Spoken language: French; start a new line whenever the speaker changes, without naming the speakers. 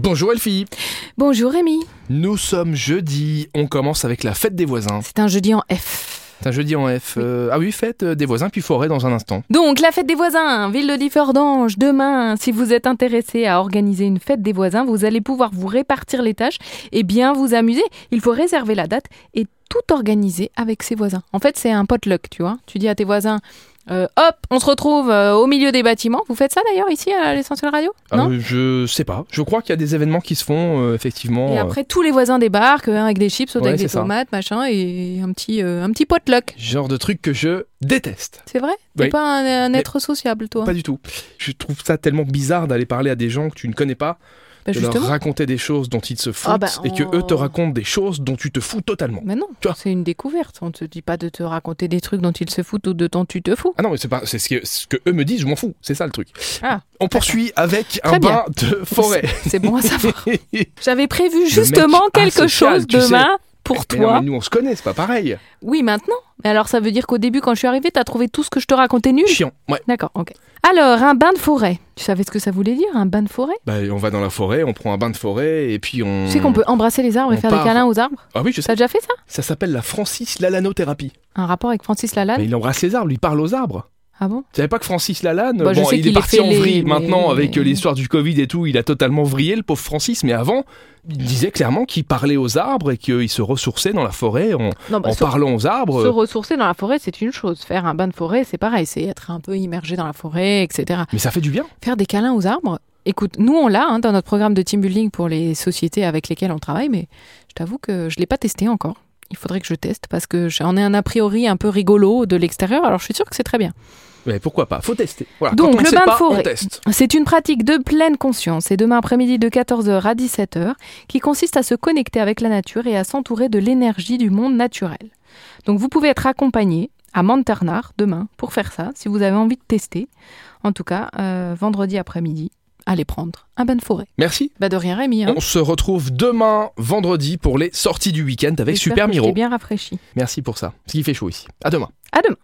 Bonjour Elfie.
Bonjour Rémi.
Nous sommes jeudi, on commence avec la fête des voisins.
C'est un jeudi en F.
C'est un jeudi en F. Ah oui, fête des voisins puis forêt dans un instant.
Donc la fête des voisins, ville de Differdange, demain, si vous êtes intéressé à organiser une fête des voisins, vous allez pouvoir vous répartir les tâches et bien vous amuser. Il faut réserver la date et tout organiser avec ses voisins. En fait, c'est un potluck, tu vois. Tu dis à tes voisins... hop, on se retrouve au milieu des bâtiments. Vous faites ça d'ailleurs ici à l'Essentiel Radio ? Non ?
Je sais pas. Je crois qu'il y a des événements qui se font effectivement.
Et après, tous les voisins débarquent avec des chips,
Ouais,
avec des
c'est ça.
tomates, machin, et un petit potluck.
Genre de truc que je déteste.
C'est vrai ? T'es
Oui.
pas un être sociable, toi ?
Pas du tout. Je trouve ça tellement bizarre d'aller parler à des gens que tu ne connais pas,
Bah,
de leur
justement.
raconter des choses dont ils se foutent
Ah bah,
et que eux te racontent des choses dont tu te fous totalement.
Mais non,
Tu vois.
c'est une découverte. On te dit pas de te raconter des trucs dont ils se foutent ou de dont tu te fous.
Ah non, mais c'est ce que eux me disent, je m'en fous. C'est ça le truc.
Ah,
On poursuit avec
Très
un
bien.
bain de forêt.
c'est bon à savoir. J'avais prévu
mec
justement quelque
asocial,
chose
tu sais.
demain pour
Mais non,
toi.
mais nous on se connaît, c'est pas pareil.
Oui, maintenant. Mais alors ça veut dire qu'au début, quand je suis arrivée, t'as trouvé tout ce que je te racontais nul ?
Chiant. Ouais.
D'accord, ok. Alors, un bain de forêt. Tu savais ce que ça voulait dire, un bain de forêt ?
Bah, on va dans la forêt, on prend un bain de forêt et puis on.
Tu sais qu'on peut embrasser les arbres et
on
faire
part.
des câlins aux arbres ?
Ah oui, je sais.
T'as déjà fait ça ?
Ça s'appelle la Francis Lalanothérapie.
Un rapport avec Francis Lalanne ?
Mais il embrasse les arbres, il parle aux arbres.
Ah bon ?
Tu savais pas que Francis Lalanne,
Bah, je sais
il est
qu'il
parti
fait
en vrille
mais-
maintenant avec
mais-
l'histoire du Covid et tout, il a totalement vrillé le pauvre Francis, mais avant, il disait clairement qu'il parlait aux arbres et qu'il se ressourçait dans la forêt en
Non, bah,
en parlant aux arbres.
se ressourcer dans la forêt, c'est une chose. Faire un bain de forêt, c'est pareil. C'est être un peu immergé dans la forêt, etc.
Mais ça fait du bien.
Faire des câlins aux arbres. Écoute, nous on l'a dans notre programme de team building pour les sociétés avec lesquelles on travaille, mais je t'avoue que je l'ai pas testé encore. Il faudrait que je teste parce que j'en ai un a priori un peu rigolo de l'extérieur. Alors je suis sûre que c'est très bien.
Mais pourquoi pas, faut tester. Voilà,
Donc,
quand on
le
ne sait
bain de
pas,
forêt.
on teste.
C'est une pratique de pleine conscience et demain après-midi de 14h à 17h qui consiste à se connecter avec la nature et à s'entourer de l'énergie du monde naturel. Donc vous pouvez être accompagné à Monternard demain pour faire ça si vous avez envie de tester. En tout cas, vendredi après-midi, allez prendre un bain de forêt.
Merci.
Bah de rien Rémi. Hein.
On se retrouve demain, vendredi, pour les sorties du week-end avec
J'espère
Super
que je
Miro.
t'ai bien rafraîchi.
Merci pour ça, parce qu'il fait chaud ici. À demain.
À demain.